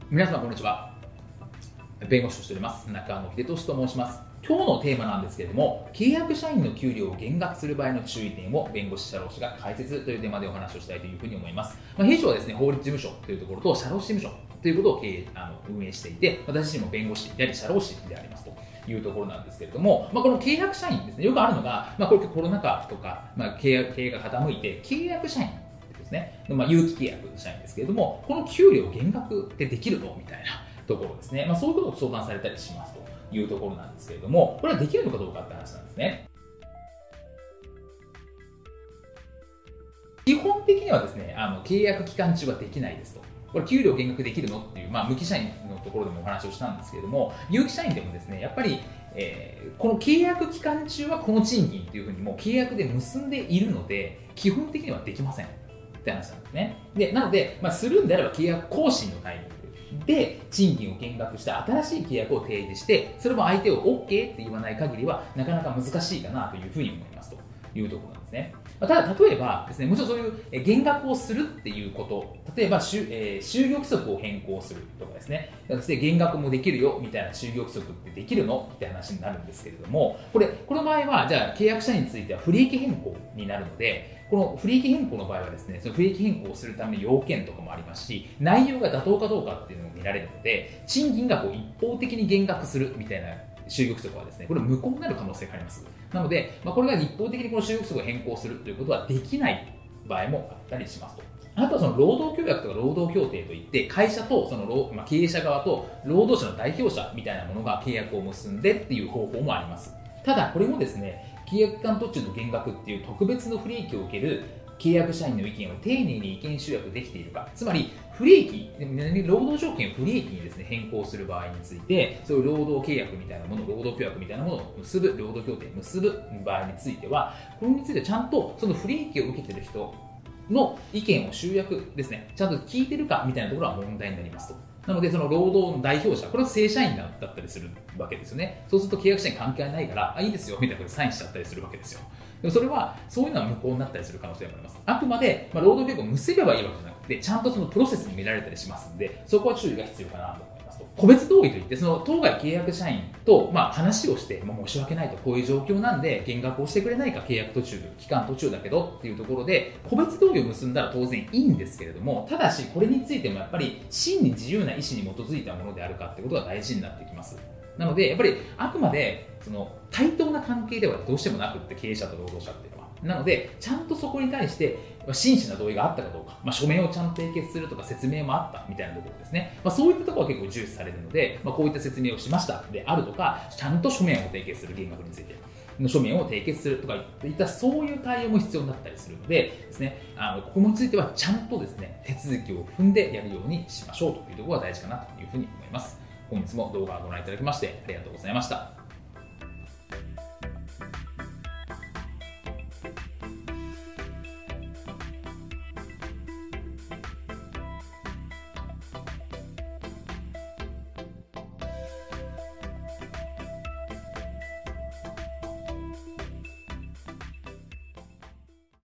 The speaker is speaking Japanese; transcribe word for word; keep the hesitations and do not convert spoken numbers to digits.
皆様こんにちは。弁護士をしております中野秀俊と申します。今日のテーマなんですけれども、契約社員の給料を減額する場合の注意点を弁護士社労士が解説というテーマでお話をしたいというふうに思います。まあ、弊社はですね、法律事務所というところと社労士事務所ということを経営あの運営していて、私自身も弁護士であり社労士でありますというところなんですけれども、まあ、この契約社員ですね、よくあるのが、まあ、これコロナ禍とか、まあ、経営経営が傾いて契約社員ですね、まあ、有期契約社員ですけれども、この給料減額ってできるのみたいなところですね、まあ、そういうことを相談されたりしますというところなんですけれども、これはできるのかどうかって話なんですね。基本的にはですね、あの契約期間中はできないですと。これ給料減額できるのっていう、まあ、無期社員のところでもお話をしたんですけれども、有期社員でもですね、やっぱり、えー、この契約期間中はこの賃金というふうにもう契約で結んでいるので、基本的にはできませんって話なんですね。でなので、まあ、するんであれば契約更新のタイミングで賃金を減額して新しい契約を提示して、それも相手を OK って言わない限りはなかなか難しいかなというふうに思いますというところなんですね。ただ例えばですね、もちろんそういう減額をするっていうこと、例えば就、えー、就業規則を変更するとかですね、そして減額もできるよみたいな就業規則ってできるのって話になるんですけれども、これこの場合はじゃあ契約者については不利益変更になるので、この不利益変更の場合はですね、その不利益変更をするための要件とかもありますし、内容が妥当かどうかっていうのも見られるので、賃金がこう一方的に減額するみたいな就業規則はですね、これ無効になる可能性があります。なので、まあ、これが一方的にこの就業規則を変更するということはできない場合もあったりしますと。あとはその労働協約とか労働協定といって、会社とその、まあ、経営者側と労働者の代表者みたいなものが契約を結んでっていう方法もあります。ただこれもですね、契約期間途中の減額っていう特別の不利益を受ける契約社員の意見を丁寧に意見集約できているか、つまり不利益、労働条件を不利益にですね、変更する場合について、そういう労働契約みたいなもの、労働協約みたいなものを結ぶ、労働協定を結ぶ場合については、これについてちゃんとその不利益を受けている人の意見を集約ですね、ちゃんと聞いてるかみたいなところは問題になりますと。なので、その労働の代表者、これは正社員だったりするわけですよね。そうすると契約者に関係ないから、あ、いいですよみたいなことでサインしちゃったりするわけですよ。でもそれは、そういうのは無効になったりする可能性があります。あくまで、まあ、労働契約を結べばいいわけじゃなくて、ちゃんとそのプロセスに見られたりしますので、そこは注意が必要かなと思いますと。個別同意といって、その当該契約社員と、まあ、話をして、まあ、申し訳ないと、こういう状況なんで減額をしてくれないか、契約途中、期間途中だけどっていうところで、個別同意を結んだら当然いいんですけれども、ただし、これについてもやっぱり真に自由な意思に基づいたものであるかってことが大事になってきます。なので、やっぱりあくまでその対等な関係ではどうしてもなくって、経営者と労働者っていうのは。なので、ちゃんとそこに対して真摯な同意があったかどうか、まあ、書面をちゃんと締結するとか説明もあったみたいなところですね。まあ、そういったところは結構重視されるので、まあ、こういった説明をしましたであるとか、ちゃんと書面を締結する、減額についての書面を締結するとかいったそういう対応も必要になったりするのでですね、あのここについてはちゃんとですね、手続きを踏んでやるようにしましょうというところが大事かなというふうに思います。本日も動画をご覧いただきましてありがとうございました。